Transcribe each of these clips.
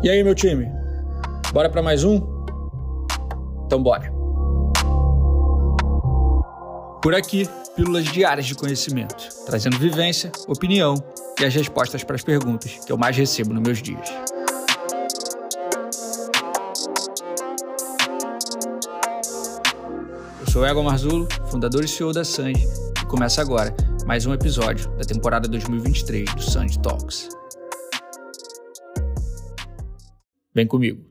E aí, meu time? Bora para mais um? Então bora. Por aqui, pílulas diárias de conhecimento, trazendo vivência, opinião e as respostas para as perguntas que eu mais recebo nos meus dias. Eu sou Egon Marzullo, fundador e CEO da Sanji, e começa agora mais um episódio da temporada 2023 do Sanji Talks. Vem comigo.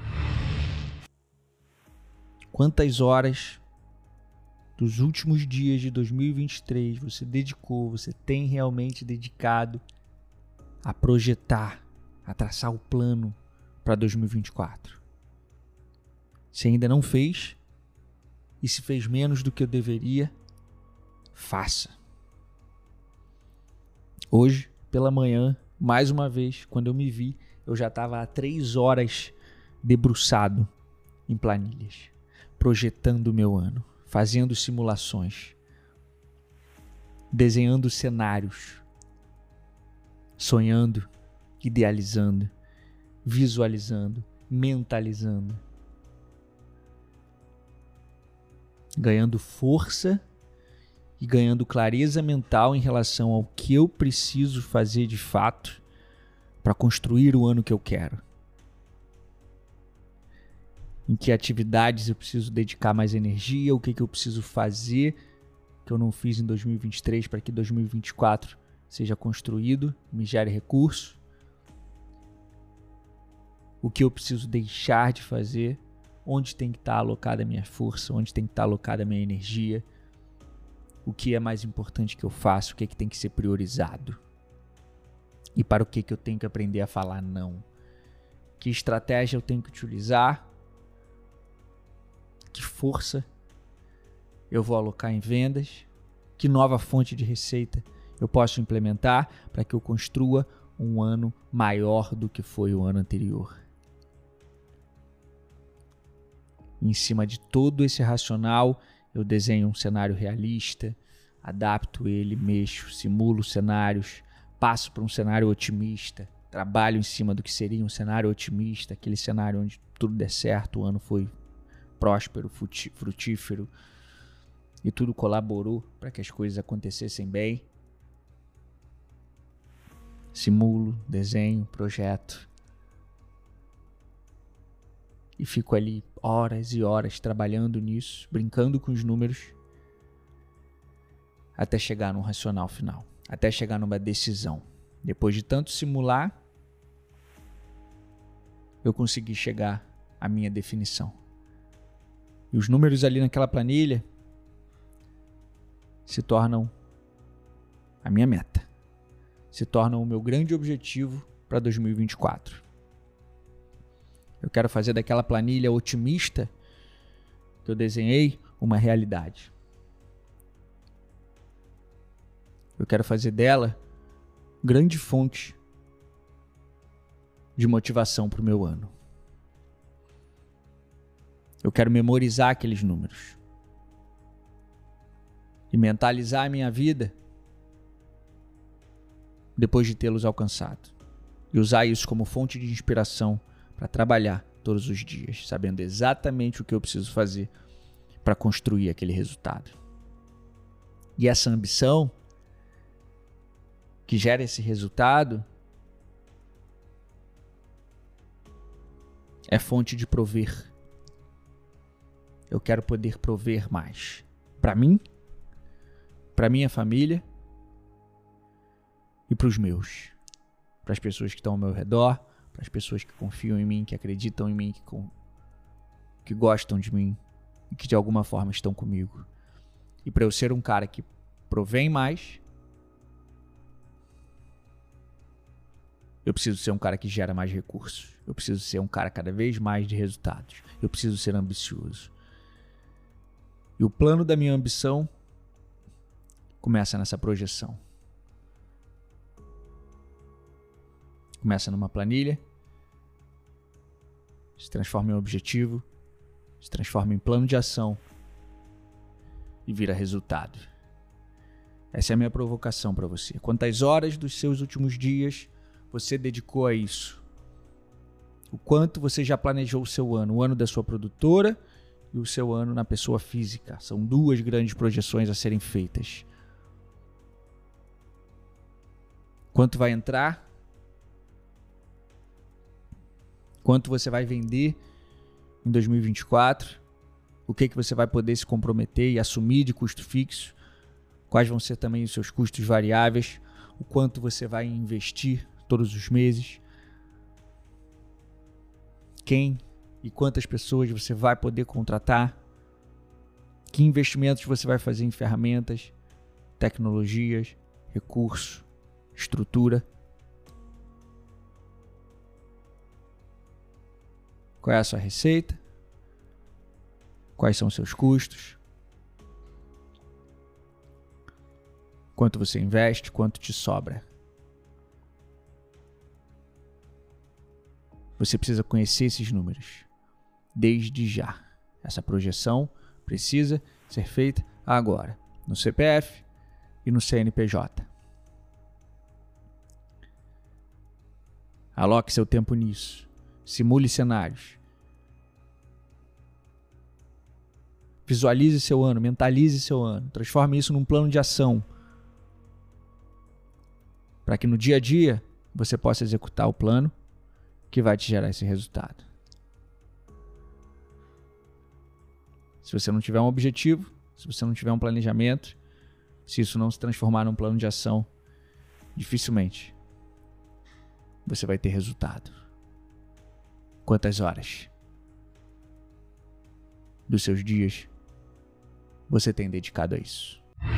Quantas horas dos últimos dias de 2023 você tem realmente dedicado a projetar, a traçar o plano para 2024? Se ainda não fez, e se fez menos do que eu deveria, faça. Hoje, pela manhã, mais uma vez, quando eu me vi, eu já estava há 3 horas debruçado em planilhas, projetando o meu ano, fazendo simulações, desenhando cenários, sonhando, idealizando, visualizando, mentalizando, ganhando força e ganhando clareza mental em relação ao que eu preciso fazer de fato para construir o ano que eu quero. Em que atividades eu preciso dedicar mais energia, o que eu preciso fazer que eu não fiz em 2023 para que 2024 seja construído, me gere recurso. O que eu preciso deixar de fazer, onde tem que estar alocada a minha força, onde tem que estar alocada a minha energia, o que é mais importante que eu faço, o que tem que ser priorizado. E para o que eu tenho que aprender a falar não. Que estratégia eu tenho que utilizar, que força eu vou alocar em vendas, que nova fonte de receita eu posso implementar para que eu construa um ano maior do que foi o ano anterior. Em cima de todo esse racional, eu desenho um cenário realista, adapto ele, mexo, simulo cenários, passo para um cenário otimista, trabalho em cima do que seria um cenário otimista, aquele cenário onde tudo der certo, o ano foi próspero, frutífero e tudo colaborou para que as coisas acontecessem bem. Simulo, desenho, projeto e fico ali horas e horas trabalhando nisso, brincando com os números até chegar num racional final, até chegar numa decisão. Depois de tanto simular, eu consegui chegar à minha definição. E os números ali naquela planilha se tornam a minha meta, se tornam o meu grande objetivo para 2024. Eu quero fazer daquela planilha otimista que eu desenhei uma realidade. Eu quero fazer dela grande fonte de motivação para o meu ano. Eu quero memorizar aqueles números e mentalizar a minha vida depois de tê-los alcançado e usar isso como fonte de inspiração para trabalhar todos os dias, sabendo exatamente o que eu preciso fazer para construir aquele resultado. E essa ambição que gera esse resultado é fonte de prover. Eu quero poder prover mais para mim, para minha família e para os meus, para as pessoas que estão ao meu redor, para as pessoas que confiam em mim, que acreditam em mim, que gostam de mim e que de alguma forma estão comigo. E para eu ser um cara que provém mais, eu preciso ser um cara que gera mais recursos. Eu preciso ser um cara cada vez mais de resultados. Eu preciso ser ambicioso. E o plano da minha ambição começa nessa projeção. Começa numa planilha, se transforma em objetivo, se transforma em plano de ação e vira resultado. Essa é a minha provocação para você. Quantas horas dos seus últimos dias você dedicou a isso? O quanto você já planejou o seu ano, o ano da sua produtora e o seu ano na pessoa física. São duas grandes projeções a serem feitas. Quanto vai entrar? Quanto você vai vender em 2024? O que você vai poder se comprometer e assumir de custo fixo? Quais vão ser também os seus custos variáveis? O quanto você vai investir todos os meses? Quem e quantas pessoas você vai poder contratar? Que investimentos você vai fazer em ferramentas, tecnologias, recursos, estrutura? Qual é a sua receita? Quais são os seus custos? Quanto você investe? Quanto te sobra? Você precisa conhecer esses números desde já. Essa projeção precisa ser feita agora, no CPF e no CNPJ. Aloque seu tempo nisso. Simule cenários. Visualize seu ano, mentalize seu ano. Transforme isso num plano de ação. Para que no dia a dia você possa executar o plano que vai te gerar esse resultado. Se você não tiver um objetivo, se você não tiver um planejamento, se isso não se transformar num plano de ação, dificilmente você vai ter resultado. Quantas horas dos seus dias você tem dedicado a isso?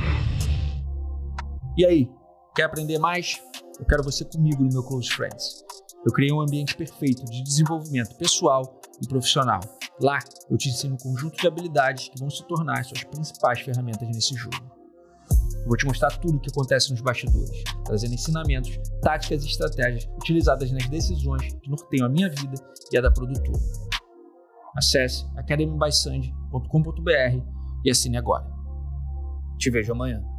E aí, quer aprender mais? Eu quero você comigo no meu Close Friends. Eu criei um ambiente perfeito de desenvolvimento pessoal e profissional. Lá, eu te ensino um conjunto de habilidades que vão se tornar suas principais ferramentas nesse jogo. Eu vou te mostrar tudo o que acontece nos bastidores, trazendo ensinamentos, táticas e estratégias utilizadas nas decisões que norteiam a minha vida e a da produtora. Acesse academybysand.com.br e assine agora. Te vejo amanhã.